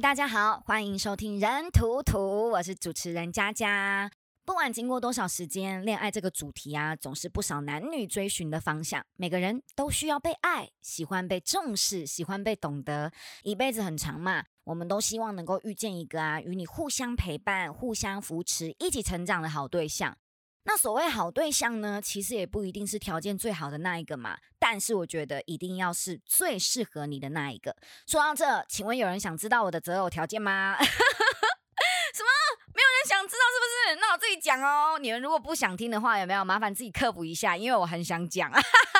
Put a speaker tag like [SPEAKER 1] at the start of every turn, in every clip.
[SPEAKER 1] 大家好，欢迎收听人图图，我是主持人佳佳。不管经过多少时间，恋爱这个主题啊，总是不少男女追寻的方向。每个人都需要被爱，喜欢被重视，喜欢被懂得。一辈子很长嘛，我们都希望能够遇见一个与你互相陪伴、互相扶持、一起成长的好对象。那所谓好对象呢，其实也不一定是条件最好的那一个嘛，但是我觉得一定要是最适合你的那一个。说到这，请问有人想知道我的择偶条件吗？什么？没有人想知道是不是？那我自己讲哦。你们如果不想听的话，有没有麻烦自己科普一下？因为我很想讲。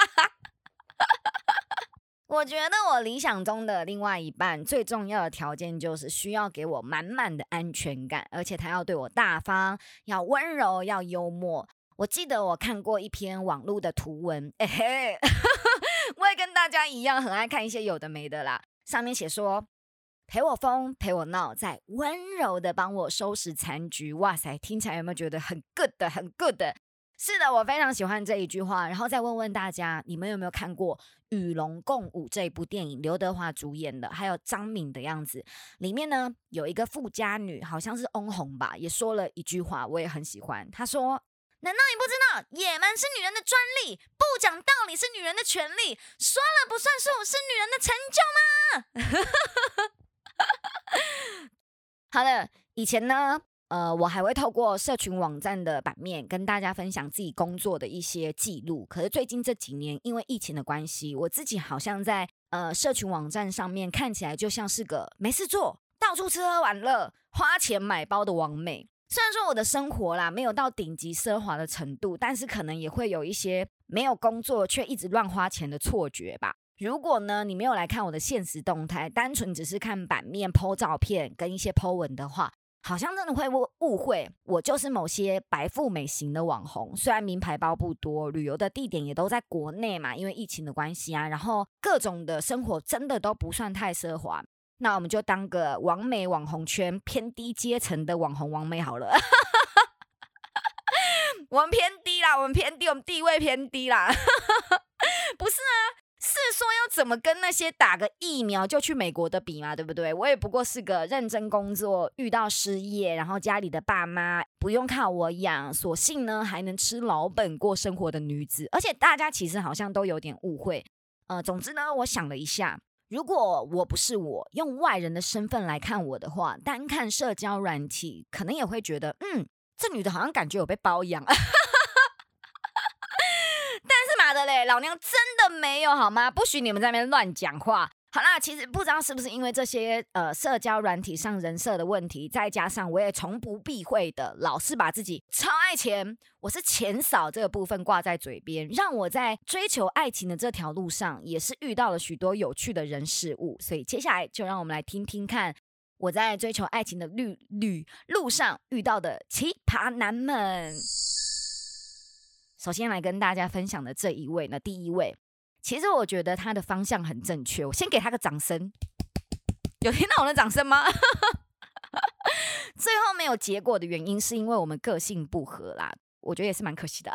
[SPEAKER 1] 我觉得我理想中的另外一半最重要的条件就是需要给我满满的安全感，而且他要对我大方，要温柔，要幽默。我记得我看过一篇网络的图文，我也跟大家一样很爱看一些有的没的啦。上面写说陪我疯陪我闹，再温柔的帮我收拾残局。哇塞，听起来有没有觉得很 good 的很 good 的？是的，我非常喜欢这一句话。然后再问问大家，你们有没有看过《与龙共舞》这一部电影？刘德华主演的，还有张敏的样子。里面呢有一个富家女，好像是翁虹吧，也说了一句话，我也很喜欢。她说：“难道你不知道，野蛮是女人的专利，不讲道理是女人的权利，说了不算数是女人的成就吗？”好的，以前呢。我还会透过社群网站的版面跟大家分享自己工作的一些记录。可是最近这几年，因为疫情的关系，我自己好像在社群网站上面看起来就像是个没事做、到处吃喝玩乐、花钱买包的网美。虽然说我的生活啦没有到顶级奢华的程度，但是可能也会有一些没有工作却一直乱花钱的错觉吧。如果呢你没有来看我的限时动态，单纯只是看版面 po 照片跟一些 po 文的话，好像真的会误会我就是某些白富美型的网红。虽然名牌包不多，旅游的地点也都在国内嘛，因为疫情的关系啊，然后各种的生活真的都不算太奢华。那我们就当个网美网红圈偏低阶层的网红网美好了。我们偏低啦，我们偏低，我们地位偏低啦。不是啊，是说要怎么跟那些打个疫苗就去美国的比嘛，对不对？我也不过是个认真工作，遇到失业，然后家里的爸妈不用靠我养，所幸呢还能吃老本过生活的女子。而且大家其实好像都有点误会。总之呢，我想了一下，如果我不是我，用外人的身份来看我的话，单看社交软体，可能也会觉得，这女的好像感觉有被包养。妈的嘞，老娘真的没有好吗？不许你们在那边乱讲话。好啦，其实不知道是不是因为这些社交软体上人设的问题，再加上我也从不避讳的老是把自己超爱钱，我是钱少这个部分挂在嘴边，让我在追求爱情的这条路上也是遇到了许多有趣的人事物。所以接下来就让我们来听听看我在追求爱情的路上遇到的奇葩男们。首先来跟大家分享的这一位呢，第一位，其实我觉得他的方向很正确，我先给他个掌声。有听到我的掌声吗？最后没有结果的原因是因为我们个性不合啦，我觉得也是蛮可惜的。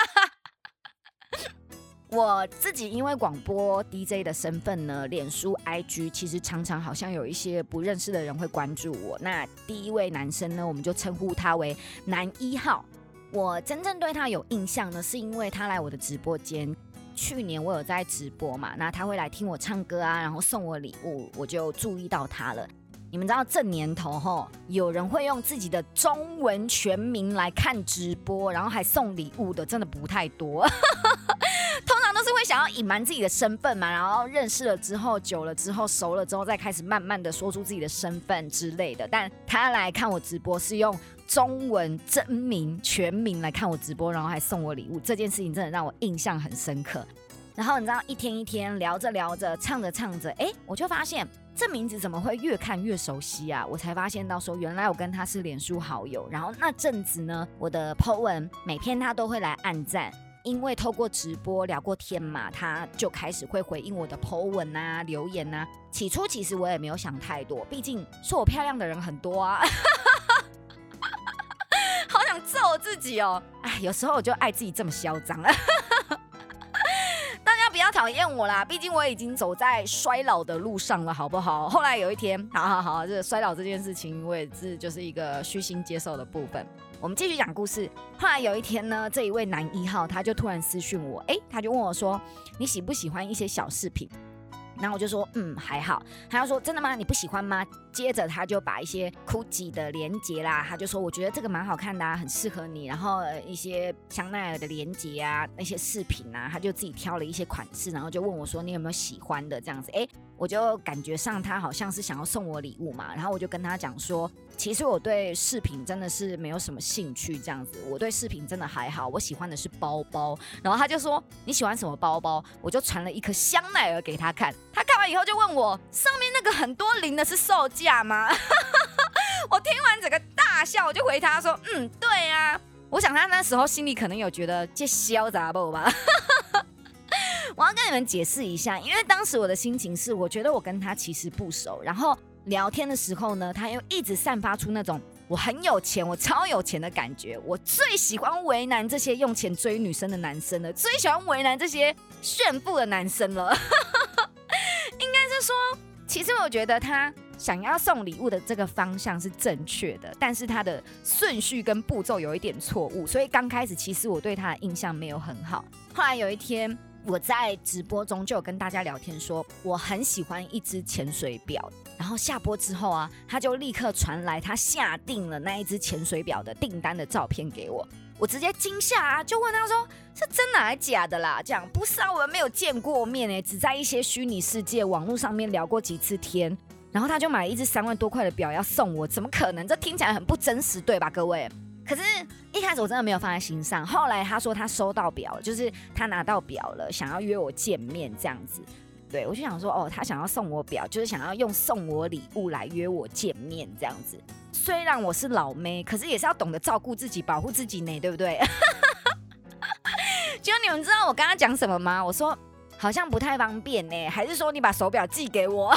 [SPEAKER 1] 我自己因为广播 DJ 的身份呢，脸书 IG 其实常常好像有一些不认识的人会关注我。那第一位男生呢，我们就称呼他为男1号。我真正对他有印象呢，是因为他来我的直播间。去年我有在直播嘛，那他会来听我唱歌啊，然后送我礼物，我就注意到他了。你们知道这年头有人会用自己的中文全名来看直播，然后还送礼物的，真的不太多。通常都是会想要隐瞒自己的身份嘛，然后认识了之后，久了之后，熟了之后，再开始慢慢的说出自己的身份之类的。但他来看我直播是用中文真名全名来看我直播，然后还送我礼物，这件事情真的让我印象很深刻。然后你知道一天一天聊着聊着，唱着唱着，我就发现这名字怎么会越看越熟悉啊？我才发现到说，原来我跟他是脸书好友。然后那阵子呢，我的 po 文每篇他都会来按赞，因为透过直播聊过天嘛，他就开始会回应我的 po 文啊、留言啊。起初其实我也没有想太多，毕竟说我漂亮的人很多啊。好想揍我自己哦！有时候我就爱自己这么嚣张。大家不要讨厌我啦，毕竟我已经走在衰老的路上了，好不好？后来有一天，好，这衰老这件事情，我也是就是一个虚心接受的部分。我们继续讲故事。后来有一天呢，这一位男1号他就突然私讯我，他就问我说：“你喜不喜欢一些小饰品？”然后我就说还好。他就说真的吗？你不喜欢吗？接着他就把一些 Gucci 的连结啦，他就说我觉得这个蛮好看的啊，很适合你。然后一些香奈儿的连结啊，那些饰品啊，他就自己挑了一些款式，然后就问我说你有没有喜欢的这样子。我就感觉上他好像是想要送我礼物嘛，然后我就跟他讲说，其实我对饰品真的是没有什么兴趣这样子，我对饰品真的还好，我喜欢的是包包。然后他就说你喜欢什么包包？我就传了一颗香奈儿给他看，他看完以后就问我上面那个很多零的是售价吗？我听完整个大笑，我就回他说对啊。我想他那时候心里可能有觉得这潇洒不吧。我要跟你们解释一下，因为当时我的心情是，我觉得我跟他其实不熟，然后聊天的时候呢，他又一直散发出那种我很有钱，我超有钱的感觉。我最喜欢为难这些用钱追女生的男生了，最喜欢为难这些炫富的男生了。应该是说，其实我觉得他想要送礼物的这个方向是正确的，但是他的顺序跟步骤有一点错误，所以刚开始其实我对他的印象没有很好。后来有一天，我在直播中就有跟大家聊天说，我很喜欢一只潜水表。然后下播之后啊，他就立刻传来他下定了那一只潜水表的订单的照片给我。我直接惊吓啊，就问他说是真的还是假的啦？这样不是啊，我们没有见过面只在一些虚拟世界网络上面聊过几次天。然后他就买了一只3万多块的表要送我，怎么可能？这听起来很不真实，对吧，各位？可是一开始我真的没有放在心上，后来他说他收到表了，就是他拿到表了，想要约我见面这样子。对，我就想说他想要送我表，就是想要用送我礼物来约我见面这样子。虽然我是老妹，可是也是要懂得照顾自己，保护自己呢，对不对？结果你们知道我跟他讲什么吗？我说好像不太方便呢，还是说你把手表寄给我？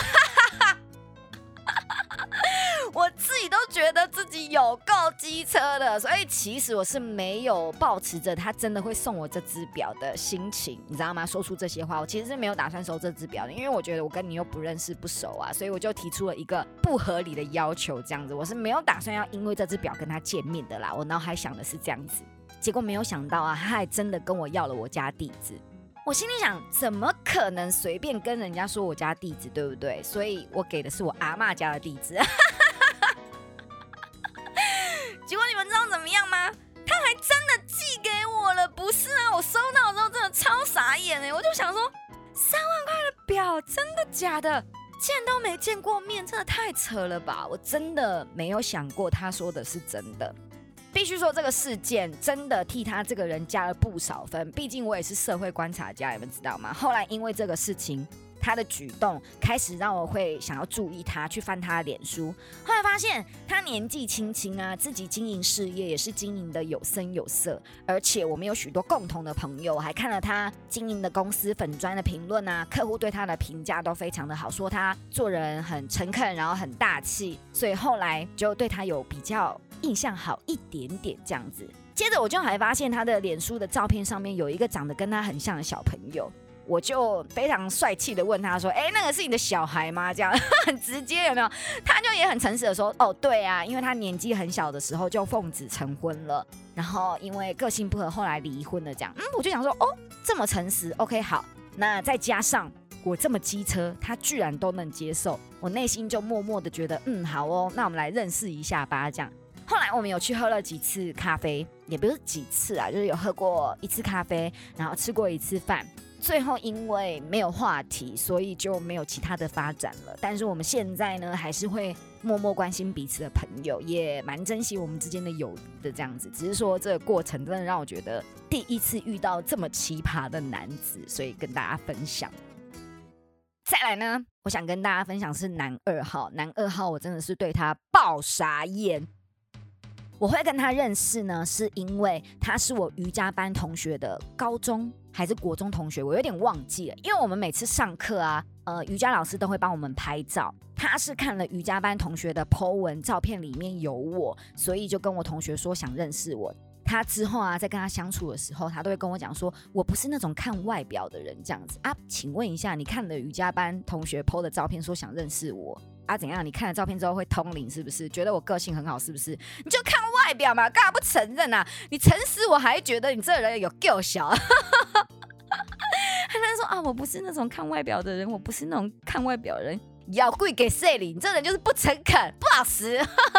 [SPEAKER 1] 我自己都觉得自己有够机车的，所以其实我是没有抱持着他真的会送我这只表的心情，你知道吗？说出这些话，我其实是没有打算收这只表的，因为我觉得我跟你又不认识不熟啊，所以我就提出了一个不合理的要求，这样子我是没有打算要因为这只表跟他见面的啦，我脑海想的是这样子，结果没有想到啊，他还真的跟我要了我家地址。我心里想，怎么可能随便跟人家说我家地址，对不对？所以我给的是我阿嬷家的地址。结果你们知道怎么样吗？他还真的寄给我了，不是啊？我收到之后真的超傻眼我就想说，3万块的表，真的假的？见都没见过面，真的太扯了吧！我真的没有想过他说的是真的。必须说这个事件真的替他这个人加了不少分，毕竟我也是社会观察家，你们知道吗？后来因为这个事情，他的举动开始让我会想要注意他，去翻他的脸书。后来发现他年纪轻轻啊，自己经营事业也是经营的有声有色，而且我们有许多共同的朋友，还看了他经营的公司粉专的评论啊，客户对他的评价都非常的好，说他做人很诚恳，然后很大气，所以后来就对他有比较印象好一点点这样子。接着我就还发现他的脸书的照片上面有一个长得跟他很像的小朋友，我就非常帅气的问他说，那个是你的小孩吗？这样很直接，有没有？他就也很诚实的说，对啊，因为他年纪很小的时候就奉子成婚了，然后因为个性不合后来离婚了这样。我就想说，这么诚实 OK 好，那再加上我这么机车，他居然都能接受，我内心就默默的觉得好那我们来认识一下吧这样。后来我们有去喝了几次咖啡，也不是几次啊，就是有喝过1次咖啡，然后吃过1次饭。最后因为没有话题，所以就没有其他的发展了。但是我们现在呢，还是会默默关心彼此的朋友，也蛮珍惜我们之间的友谊的这样子。只是说这个过程真的让我觉得第一次遇到这么奇葩的男子，所以跟大家分享。再来呢，我想跟大家分享是男2号。男2号我真的是对他爆傻眼。我会跟他认识呢，是因为他是我瑜伽班同学的高中还是国中同学，我有点忘记了。因为我们每次上课啊，瑜伽老师都会帮我们拍照。他是看了瑜伽班同学的 po 文，照片里面有我，所以就跟我同学说想认识我。 他之后啊，在跟他相处的时候，他都会跟我讲说，我不是那种看外表的人这样子啊。请问一下，你看了瑜伽班同学 po 的照片，说想认识我啊？怎样？你看了照片之后会通灵是不是？觉得我个性很好是不是？你就看外表嘛，干嘛不承认啊？你诚实我还觉得你这人有够小。他说啊，我不是那种看外表的人，我不是那种看外表的人。要跪给谁里？你这人就是不诚恳，不老实。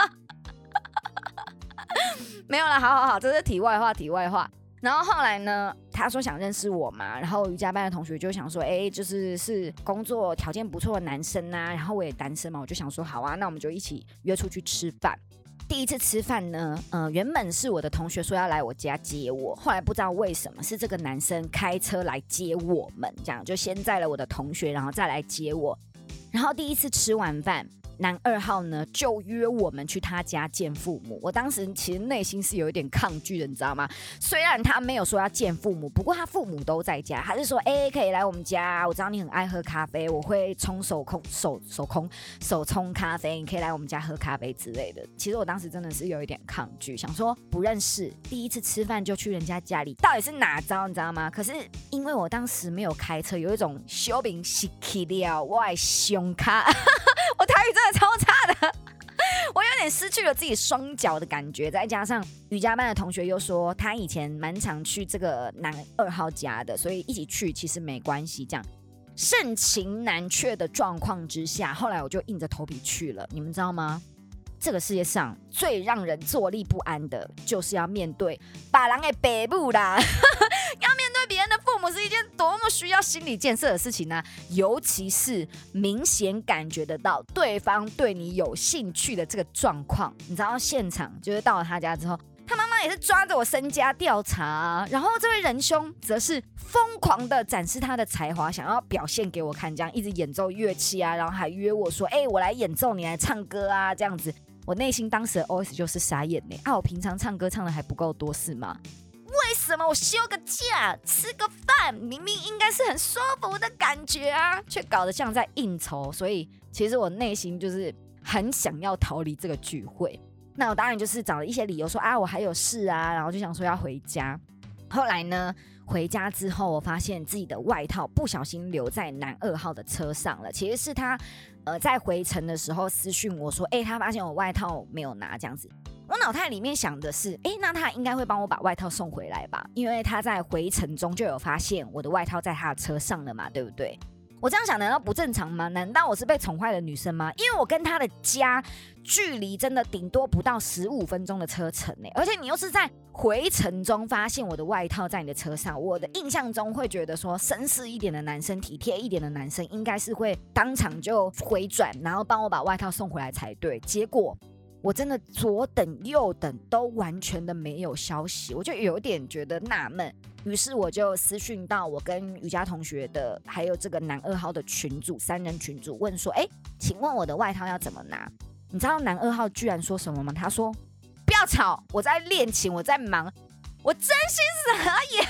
[SPEAKER 1] 没有啦，好，这是题外话。然后后来呢，他说想认识我嘛，然后瑜伽班的同学就想说，是工作条件不错的男生啊，然后我也单身嘛，我就想说好啊，那我们就一起约出去吃饭。第一次吃饭呢，原本是我的同学说要来我家接我，后来不知道为什么是这个男生开车来接我们，这样就先载了我的同学，然后再来接我。然后第一次吃完饭，男2号呢就约我们去他家见父母。我当时其实内心是有一点抗拒的，你知道吗？虽然他没有说要见父母，不过他父母都在家，他是说可以来我们家，我知道你很爱喝咖啡，我会冲手冲咖啡，你可以来我们家喝咖啡之类的。其实我当时真的是有一点抗拒，想说不认识，第一次吃饭就去人家家里，到底是哪招你知道吗？可是因为我当时没有开车，有一种小兵失去了我的胸卡。我台语真的超差的，我有点失去了自己双脚的感觉，再加上瑜伽班的同学又说他以前蛮常去这个男2号家的，所以一起去其实没关系。这样盛情难却的状况之下，后来我就硬着头皮去了。你们知道吗？这个世界上最让人坐立不安的，就是要面对别人的父母啦。要面对别人的父母是一件多么需要心理建设的事情啊！尤其是明显感觉得到对方对你有兴趣的这个状况。你知道现场就是到了他家之后，他妈妈也是抓着我身家调查啊，然后这位仁兄则是疯狂的展示他的才华，想要表现给我看，这样一直演奏乐器啊，然后还约我说我来演奏，你来唱歌啊，这样子。我内心当时的 OS 就是傻眼呢我平常唱歌唱的还不够多是吗？为什么我休个假吃个饭，明明应该是很舒服的感觉啊，却搞得像在应酬？所以其实我内心就是很想要逃离这个聚会。那我当然就是找了一些理由说我还有事啊，然后就想说要回家。后来呢，回家之后我发现自己的外套不小心留在男2号的车上了。其实是他在回程的时候私讯我说他发现我外套没有拿这样子。我脑袋里面想的是那他应该会帮我把外套送回来吧，因为他在回程中就有发现我的外套在他的车上了嘛，对不对？我这样想难道不正常吗？难道我是被宠坏的女生吗？因为我跟他的家距离真的顶多不到15分钟的车程而且你又是在回程中发现我的外套在你的车上，我的印象中会觉得说绅士一点的男生，体贴一点的男生应该是会当场就回转，然后帮我把外套送回来才对。结果我真的左等右等都完全的没有消息，我就有点觉得纳闷。于是我就私讯到我跟瑜伽同学的还有这个男2号的群组，3人群组，问说请问我的外套要怎么拿？你知道男2号居然说什么吗？他说不要吵，我在练琴，我在忙。我真心傻眼。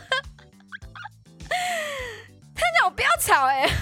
[SPEAKER 1] 他讲我不要吵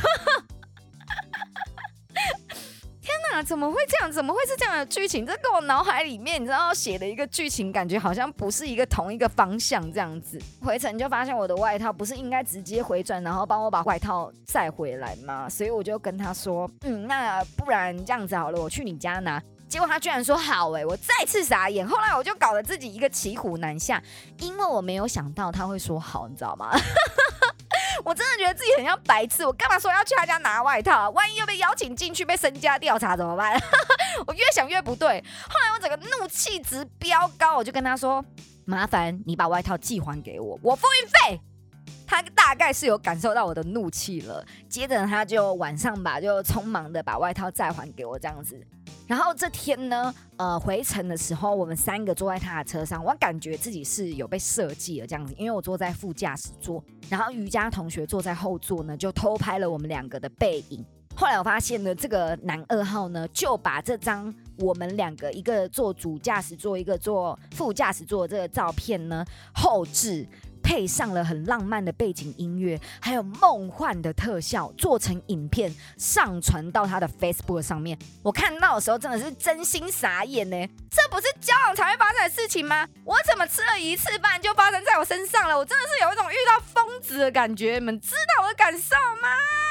[SPEAKER 1] 怎么会这样？怎么会是这样的剧情？这跟我脑海里面你知道写的一个剧情感觉好像不是一个同一个方向这样子。回程就发现我的外套不是应该直接回转，然后帮我把外套载回来吗？所以我就跟他说那不然这样子好了，我去你家拿。结果他居然说好我再次傻眼。后来我就搞得自己一个骑虎难下，因为我没有想到他会说好，你知道吗？我真的觉得自己很像白痴，我干嘛说要去他家拿外套万一又被邀请进去被身家调查怎么办？我越想越不对。后来我整个怒气值飙高，我就跟他说麻烦你把外套寄还给我，我付运费。他大概是有感受到我的怒气了，接着他就晚上就匆忙的把外套再还给我这样子。然后这天呢回程的时候，我们3个坐在他的车上，我感觉自己是有被设计了这样子，因为我坐在副驾驶座，然后瑜伽同学坐在后座呢，就偷拍了我们2个的背影。后来我发现呢，这个男2号呢，就把这张我们2个，一个坐主驾驶座，一个坐副驾驶座的这个照片呢，后置配上了很浪漫的背景音乐，还有梦幻的特效，做成影片上传到他的 Facebook 上面。我看到的时候真的是真心傻眼呢，这不是交往才会发生的事情吗？我怎么吃了一次饭就发生在我身上了？我真的是有一种遇到疯子的感觉，你们知道我的感受吗？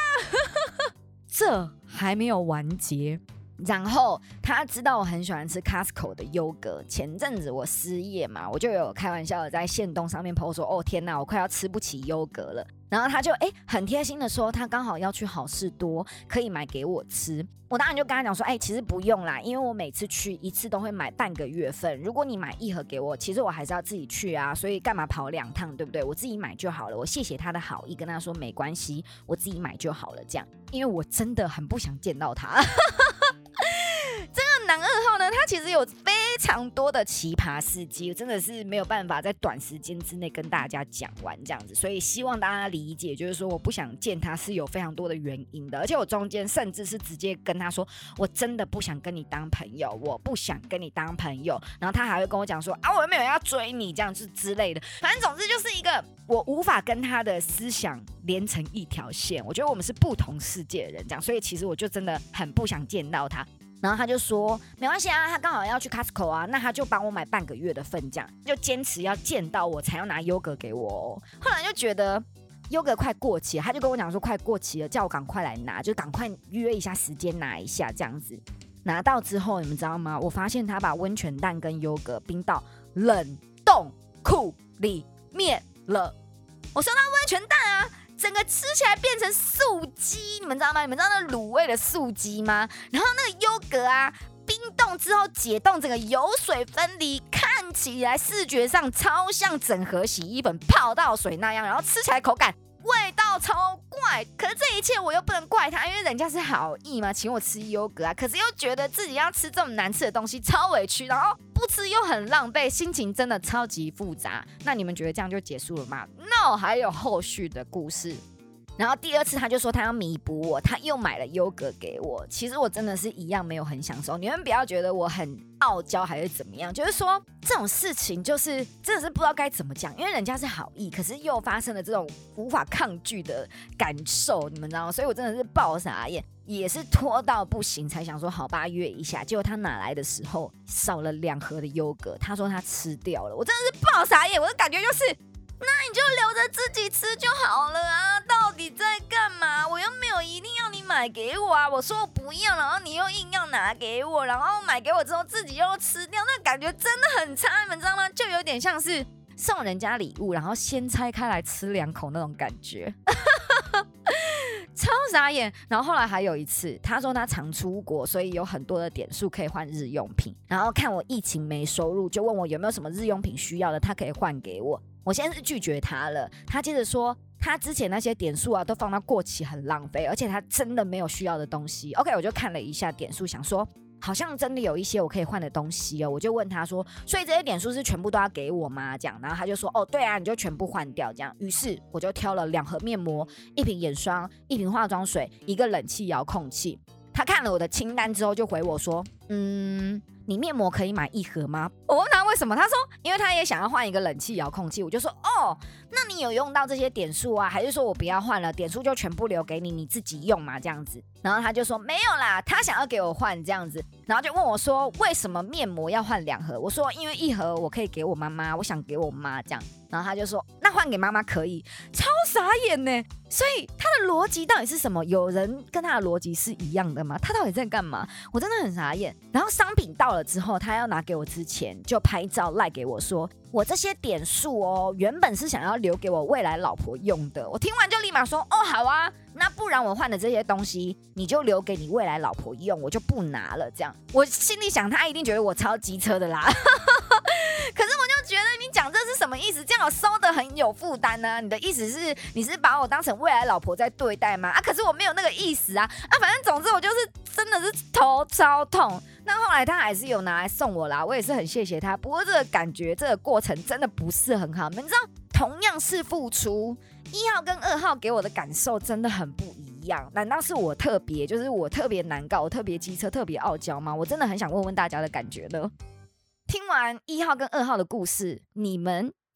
[SPEAKER 1] 这还没有完结。然后他知道我很喜欢吃 Costco 的优格，前阵子我失业嘛，我就有开玩笑的在限动上面 po 说，哦天哪，我快要吃不起优格了。然后他就很贴心的说，他刚好要去好事多，可以买给我吃。我当然就跟他讲说，其实不用啦，因为我每次去一次都会买半个月份，如果你买一盒给我，其实我还是要自己去啊，所以干嘛跑2趟，对不对？我自己买就好了。我谢谢他的好意，跟他说没关系，我自己买就好了，这样，因为我真的很不想见到他。这个男2号呢，他其实有非常多的奇葩事迹，真的是没有办法在短时间之内跟大家讲完这样子，所以希望大家理解，就是说我不想见他是有非常多的原因的，而且我中间甚至是直接跟他说，我真的不想跟你当朋友，我不想跟你当朋友，然后他还会跟我讲说我又没有要追你这样子之类的，反正总之就是一个我无法跟他的思想连成一条线，我觉得我们是不同世界的人这样，所以其实我就真的很不想见到他。然后他就说没关系啊，他刚好要去 Costco 啊，那他就帮我买半个月的份，这样就坚持要见到我才要拿优格给我哦。后来就觉得优格快过期了，他就跟我讲说快过期了，叫我赶快来拿，就赶快约一下时间拿一下这样子。拿到之后你们知道吗？我发现他把温泉蛋跟优格冰到冷冻库里面了。我收到温泉蛋啊，整个吃起来变成素鸡，你们知道吗？你们知道那卤味的素鸡吗？然后那个优格啊，冰冻之后解冻，整个油水分离，看起来视觉上超像整盒洗衣粉泡到水那样，然后吃起来口感味道超怪。可是这一切我又不能怪他，因为人家是好意嘛，请我吃优格啊，可是又觉得自己要吃这么难吃的东西超委屈，然后不吃又很浪费，心情真的超级复杂。那你们觉得这样就结束了吗？ No， 还有后续的故事。然后第2次他就说他要弥补我，他又买了优格给我。其实我真的是一样没有很享受，你们不要觉得我很傲娇还是怎么样，就是说这种事情就是真的是不知道该怎么讲，因为人家是好意，可是又发生了这种无法抗拒的感受，你们知道吗？所以我真的是爆傻眼，也是拖到不行才想说好吧约一下，结果他拿来的时候少了2盒的优格，他说他吃掉了，我真的是爆傻眼，我的感觉就是那你就留着自己吃就好了啊！到底在干嘛？我又没有一定要你买给我啊！我说我不要，然后你又硬要拿给我，然后买给我之后自己又吃掉，那感觉真的很差，你们知道吗？就有点像是送人家礼物，然后先拆开来吃2口那种感觉。超傻眼。然后后来还有一次，他说他常出国，所以有很多的点数可以换日用品，然后看我疫情没收入，就问我有没有什么日用品需要的，他可以换给我。我先是拒绝他了，他接着说他之前那些点数啊都放到过期很浪费，而且他真的没有需要的东西。 OK， 我就看了一下点数，想说好像真的有一些我可以换的东西哦。我就问他说，所以这些点数是全部都要给我吗？这样，然后他就说对啊，你就全部换掉这样。于是我就挑了2盒面膜、1瓶眼霜、1瓶化妆水、1个冷气遥控器。他看了我的清单之后就回我说你面膜可以买1盒吗？我问他为什么，他说因为他也想要换1个冷气遥控器。我就说那你有用到这些点数啊？还是说我不要换了，点数就全部留给你，你自己用嘛这样子。然后他就说没有啦，他想要给我换这样子，然后就问我说为什么面膜要换2盒？我说因为1盒我可以给我妈妈，我想给我妈这样。然后他就说那换给妈妈可以，超傻眼呢。所以他的逻辑到底是什么？有人跟他的逻辑是一样的吗？他到底在干嘛？我真的很傻眼。然后商品到了之后，他要拿给我之前就拍照赖给我说，我这些点数原本是想要留给我未来老婆用的。我听完就立马说好啊，那不然我换的这些东西你就留给你未来老婆用，我就不拿了这样。我心里想他一定觉得我超机车的啦。可是我就觉得你讲这是什么意思？这样我收得很有负担呢？你的意思是你是把我当成未来老婆在对待吗？可是我没有那个意思啊！反正总之我就是真的是头超痛。那后来他还是有拿来送我啦，我也是很谢谢他。不过这个感觉这个过程真的不是很好。你知道同样是付出，1号跟2号给我的感受真的很不一样。难道是我特别就是我特别难搞，我特别机车，特别傲娇吗？我真的很想问问大家的感觉呢。听完1号跟2号的故事，你们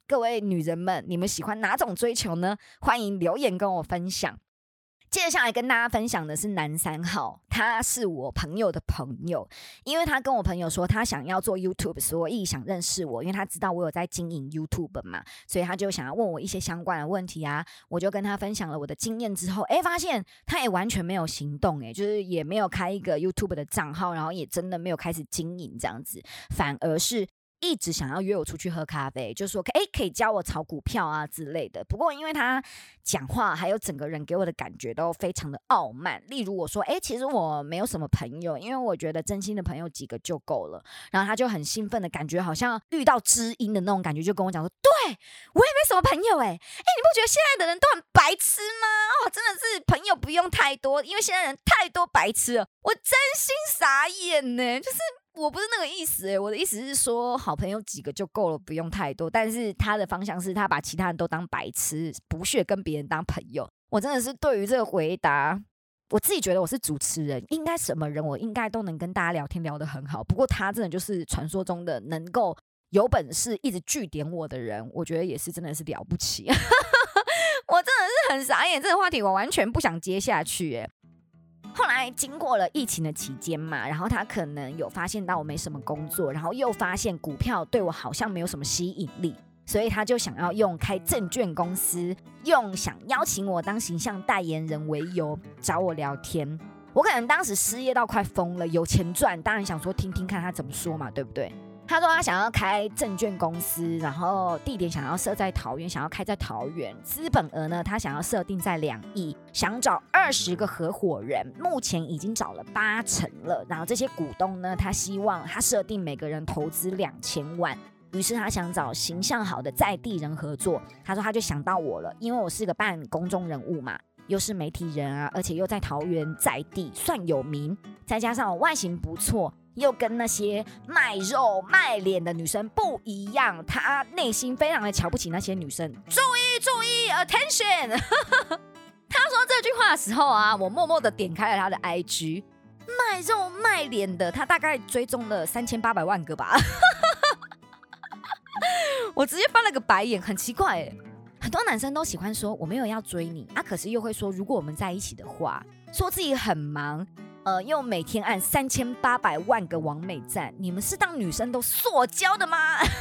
[SPEAKER 1] 各位女人们，你们喜欢哪种追求呢？欢迎留言跟我分享。接下来跟大家分享的是男3号，他是我朋友的朋友，因为他跟我朋友说他想要做 YouTube， 所以想认识我，因为他知道我有在经营 YouTube 嘛，所以他就想要问我一些相关的问题啊。我就跟他分享了我的经验之后，发现他也完全没有行动，就是也没有开一个 YouTube 的账号，然后也真的没有开始经营这样子，反而是一直想要约我出去喝咖啡，就说可以教我炒股票啊之类的。不过因为他讲话还有整个人给我的感觉都非常的傲慢，例如我说其实我没有什么朋友，因为我觉得真心的朋友几个就够了，然后他就很兴奋的感觉好像遇到知音的那种感觉，就跟我讲说对我也没什么朋友你不觉得现在的人都很白痴吗？真的是朋友不用太多，因为现在人太多白痴了，我真心傻眼呢。就是我不是那个意思我的意思是说好朋友几个就够了，不用太多。但是他的方向是他把其他人都当白痴，不屑跟别人当朋友。我真的是对于这个回答，我自己觉得我是主持人，应该什么人我应该都能跟大家聊天聊得很好。不过他真的就是传说中的能够有本事一直句点我的人，我觉得也是真的是了不起。我真的是很傻眼，这个话题我完全不想接下去后来经过了疫情的期间嘛，然后他可能有发现到我没什么工作，然后又发现股票对我好像没有什么吸引力，所以他就想要用开证券公司，用想邀请我当形象代言人为由找我聊天。我可能当时失业到快疯了，有钱赚，当然想说听听看他怎么说嘛，对不对？他说他想要开证券公司，然后地点想要设在桃园，想要开在桃园，资本额呢他想要设定在2亿，想找20个合伙人，目前已经找了80%了，然后这些股东呢他希望他设定每个人投资2000万，于是他想找形象好的在地人合作。他说他就想到我了，因为我是个半公众人物嘛，又是媒体人啊，而且又在桃园在地算有名，再加上我外形不错，又跟那些卖肉卖脸的女生不一样，他内心非常的瞧不起那些女生。注意 attention 他说这句话的时候啊，我默默的点开了他的 IG， 卖肉卖脸的他大概追踪了3800万个吧。我直接翻了个白眼，很奇怪很多男生都喜欢说我没有要追你可是又会说如果我们在一起的话，说自己很忙又每天按3800万个网美赞，你们是当女生都塑胶的吗？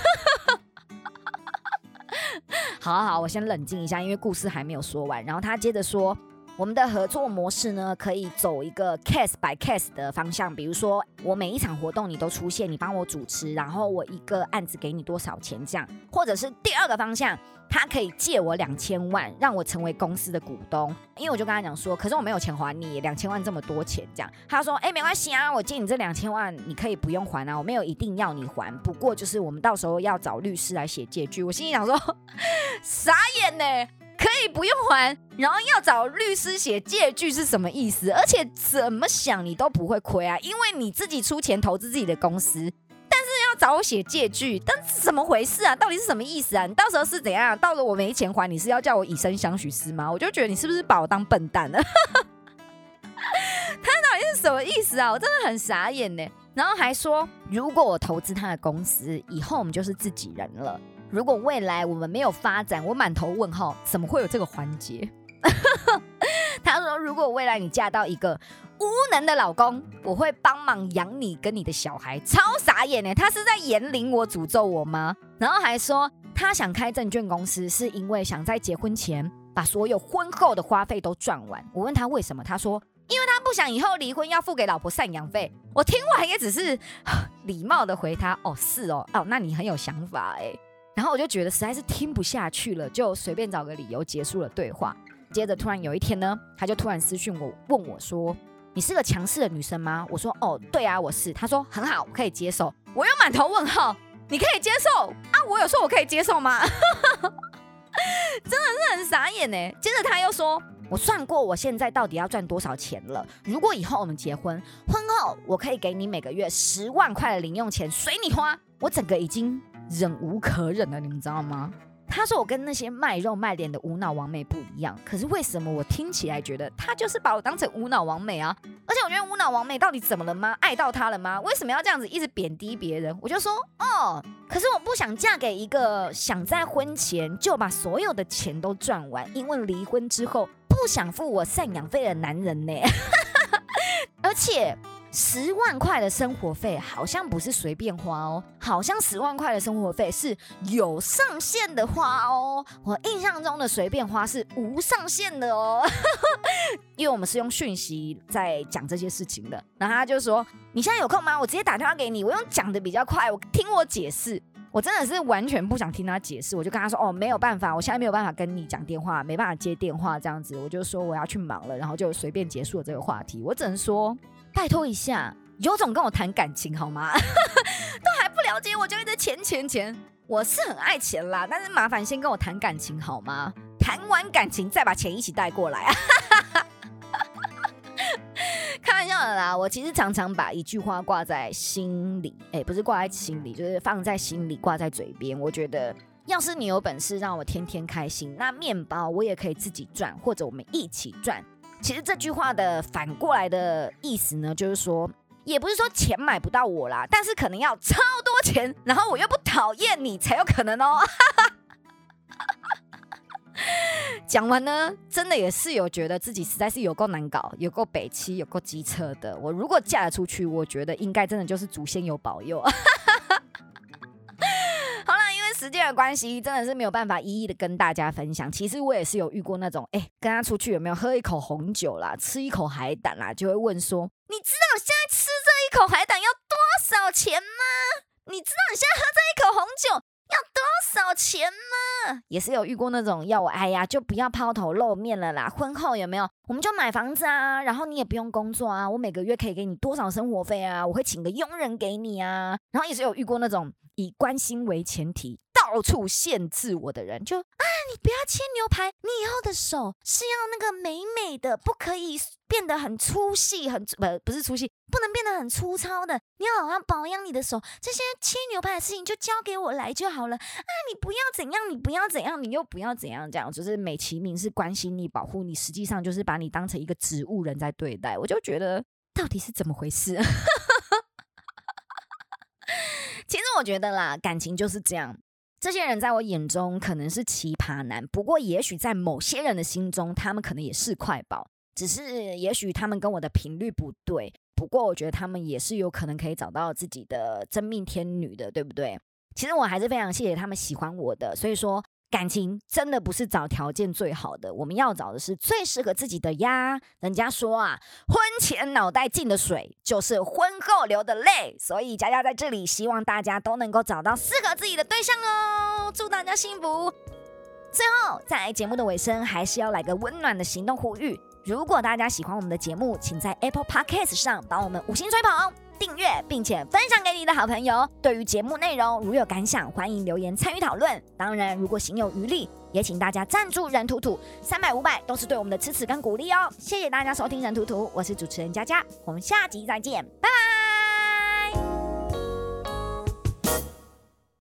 [SPEAKER 1] 好，我先冷静一下，因为故事还没有说完。然后他接着说，我们的合作模式呢，可以走一个 case by case 的方向，比如说我每一场活动你都出现，你帮我主持，然后我一个案子给你多少钱这样，或者是第二个方向，他可以借我2000万，让我成为公司的股东。因为我就跟他讲说，可是我没有钱还你，2000万这么多钱这样。他说没关系啊，我借你这2000万你可以不用还啊，我没有一定要你还，不过就是我们到时候要找律师来写借据。我心里想说傻眼可以不用还，然后要找律师写借据是什么意思？而且怎么想你都不会亏啊，因为你自己出钱投资自己的公司，但是要找我写借据，但是怎么回事啊？到底是什么意思啊？你到时候是怎样？到了我没钱还，你是要叫我以身相许是吗？我就觉得你是不是把我当笨蛋了？他到底是什么意思啊？我真的很傻眼然后还说，如果我投资他的公司，以后我们就是自己人了。如果未来我们没有发展，我满头问号，怎么会有这个环节？他说，如果未来你嫁到一个无能的老公，我会帮忙养你跟你的小孩。超傻眼他是在言领我诅咒我吗？然后还说他想开证券公司是因为想在结婚前把所有婚后的花费都赚完。我问他为什么，他说因为他不想以后离婚要付给老婆赡养费。我听完也只是礼貌的回他是那你很有想法然后我就觉得实在是听不下去了，就随便找个理由结束了对话。接着突然有一天呢，他就突然私讯我，问我说你是个强势的女生吗？我说对啊我是。他说很好，我可以接受。我又满头问号，你可以接受啊？我有说我可以接受吗？真的是很傻眼接着他又说，我算过我现在到底要赚多少钱了，如果以后我们结婚，婚后我可以给你每个月10万块的零用钱随你花。我整个已经忍无可忍了，你们知道吗？他他说我跟那些卖肉卖脸的无脑网美不一样，可是为什么我听起来觉得他就是把我当成无脑网美啊？而且我觉得无脑网美到底怎么了吗？爱到他了吗？为什么要这样子一直贬低别人？我就说可是我不想嫁给一个想在婚前就把所有的钱都赚完，因为离婚之后不想付我赡养费的男人呢。而且10万块的生活费好像不是随便花哦，好像10万块的生活费是有上限的花哦。我印象中的随便花是无上限的哦。因为我们是用讯息在讲这些事情的，然后他就说你现在有空吗？我直接打电话给你，我用讲的比较快，我听我解释。我真的是完全不想听他解释，我就跟他说没有办法，我现在没有办法跟你讲电话，没办法接电话这样子，我就说我要去忙了，然后就随便结束了这个话题。我只能说拜托一下，有种跟我谈感情好吗？都还不了解我就一直钱，我是很爱钱啦，但是麻烦先跟我谈感情好吗？谈完感情再把钱一起带过来。开玩笑的啦，我其实常常把一句话挂在心里，不是挂在心里，就是放在心里，挂在嘴边。我觉得要是你有本事让我天天开心，那面包我也可以自己赚，或者我们一起赚。其实这句话的反过来的意思呢，就是说也不是说钱买不到我啦，但是可能要超多钱，然后我又不讨厌你才有可能哦。讲完呢，真的也是有觉得自己实在是有够难搞，有够北七，有够机车的。我如果嫁得出去，我觉得应该真的就是祖先有保佑。好啦，因为时间的关系，真的是没有办法一一的跟大家分享。其实我也是有遇过那种，跟他出去有没有喝一口红酒啦，吃一口海胆啦，就会问说，你知道你现在吃这一口海胆要多少钱吗？你知道你现在喝这一口红酒要多少钱吗？也是有遇过那种要我就不要抛头露面了啦，婚后有没有我们就买房子啊，然后你也不用工作啊，我每个月可以给你多少生活费啊，我会请个佣人给你啊。然后也是有遇过那种以关心为前提到处限制我的人，就你不要切牛排，你以后的手是要那个美美的，不可以变得很粗细，不是粗细，不能变得很粗糙的，你要好好保养你的手，这些切牛排的事情就交给我来就好了你不要怎样，你不要怎样，你又不要怎样，这样就是美其名是关心你保护你，实际上就是把你当成一个植物人在对待。我就觉得到底是怎么回事？其实我觉得啦，感情就是这样，这些人在我眼中可能是奇葩男，不过也许在某些人的心中，他们可能也是快宝，只是也许他们跟我的频率不对，不过我觉得他们也是有可能可以找到自己的真命天女的，对不对？其实我还是非常谢谢他们喜欢我的，所以说感情真的不是找条件最好的，我们要找的是最适合自己的呀。人家说婚前脑袋进的水就是婚后流的泪，所以佳佳在这里希望大家都能够找到适合自己的对象哦，祝大家幸福。最后在节目的尾声还是要来个温暖的行动呼吁，如果大家喜欢我们的节目，请在 Apple Podcast 上帮我们5星吹捧订阅，并且分享给你的好朋友。对于节目内容如有感想，欢迎留言参与讨论。当然如果行有余力，也请大家赞助人图图，300、500都是对我们的支持跟鼓励哦。谢谢大家收听人图图，我是主持人佳佳，我们下集再见，拜拜。